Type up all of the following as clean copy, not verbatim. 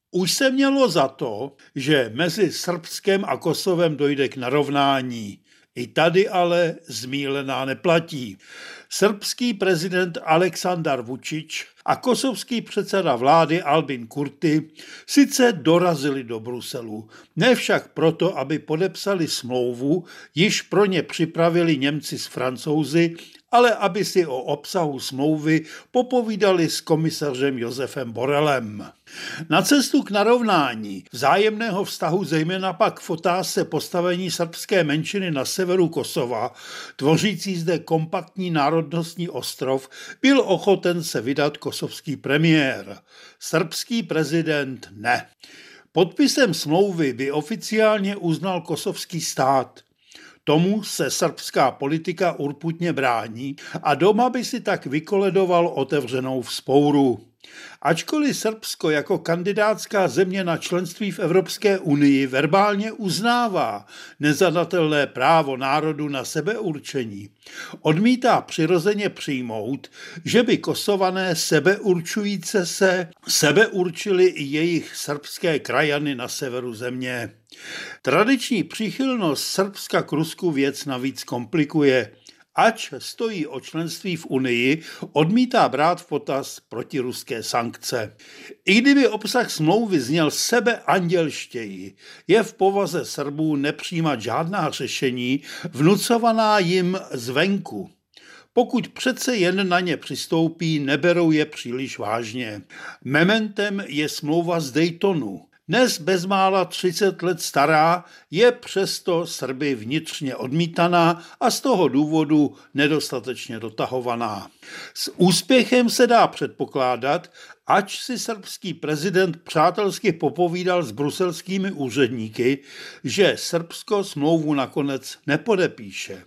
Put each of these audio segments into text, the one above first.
Už se mělo za to, že mezi Srbskem a Kosovem dojde k narovnání. I tady ale zmílená neplatí. Srbský prezident Aleksandar Vučić a kosovský předseda vlády Albin Kurti sice dorazili do Bruselu, ne však proto, aby podepsali smlouvu, již pro ně připravili Němci s Francouzi, ale aby si o obsahu smlouvy popovídali s komisařem Josefem Borrellem. Na cestu k narovnání vzájemného vztahu, zejména pak v otázce postavení srbské menšiny na severu Kosova, tvořící zde kompaktní národnostní ostrov, byl ochoten se vydat kosovský premiér. Srbský prezident ne. Podpisem smlouvy by oficiálně uznal kosovský stát. Tomu se srbská politika urputně brání a doma by si tak vykoledoval otevřenou vzpouru. Ačkoliv Srbsko jako kandidátská země na členství v Evropské unii verbálně uznává nezadatelné právo národu na sebeurčení, odmítá přirozeně přijmout, že by Kosované sebeurčujíce se sebeurčili i jejich srbské krajany na severu země. Tradiční příchylnost Srbska k Rusku věc navíc komplikuje. Ač stojí o členství v Unii, odmítá brát v potaz protiruské sankce. I kdyby obsah smlouvy zněl sebeandělštěji, je v povaze Srbů nepřijímat žádná řešení vnucovaná jim zvenku. Pokud přece jen na ně přistoupí, neberou je příliš vážně. Mementem je smlouva z Daytonu. Dnes bezmála 30 let stará, je přesto Srby vnitřně odmítaná a z toho důvodu nedostatečně dotahovaná. S úspěchem se dá předpokládat, ač si srbský prezident přátelsky popovídal s bruselskými úředníky, že Srbsko smlouvu nakonec nepodepíše.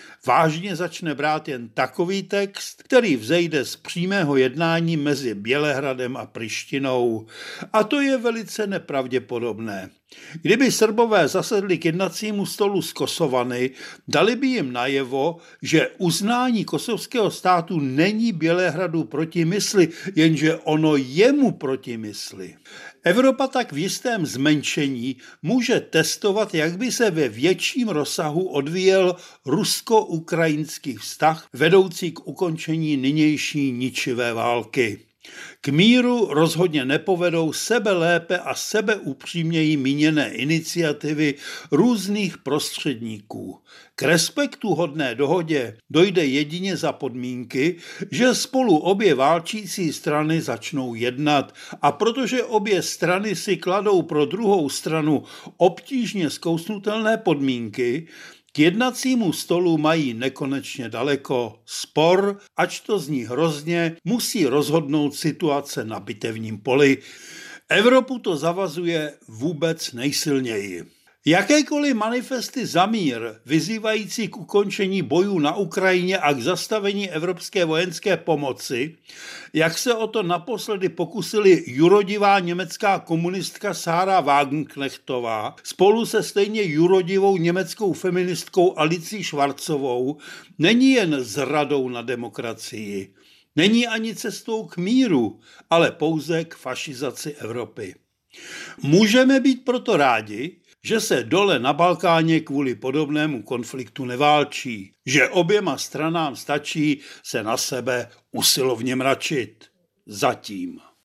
Vážně začne brát jen takový text, který vzejde z přímého jednání mezi Bělehradem a Prištinou. A to je velice nepravděpodobné. Kdyby Srbové zasedli k jednacímu stolu s Kosovany, dali by jim najevo, že uznání kosovského státu není Bělehradu proti mysli, jenže ono je mu proti mysli. Evropa tak v jistém zmenšení může testovat, jak by se ve větším rozsahu odvíjel rusko-ukrajinský vztah vedoucí k ukončení nynější ničivé války. K míru rozhodně nepovedou sebelépe a sebeupřímněji míněné iniciativy různých prostředníků. K respektuhodné dohodě dojde jedině za podmínky, že spolu obě válčící strany začnou jednat, a protože obě strany si kladou pro druhou stranu obtížně zkousnutelné podmínky, k jednacímu stolu mají nekonečně daleko. Spor, ač to zní hrozně, musí rozhodnout situace na bitevním poli. Evropu to zavazuje vůbec nejsilněji. Jakékoliv manifesty za mír, vyzývající k ukončení bojů na Ukrajině a k zastavení evropské vojenské pomoci, jak se o to naposledy pokusili jurodivá německá komunistka Sára Wagenknechtová spolu se stejně jurodivou německou feministkou Alicí Schwarzovou, není jen zradou na demokracii. Není ani cestou k míru, ale pouze k fašizaci Evropy. Můžeme být proto rádi, že se dole na Balkáně kvůli podobnému konfliktu neválčí, že oběma stranám stačí se na sebe usilovně mračit. Zatím.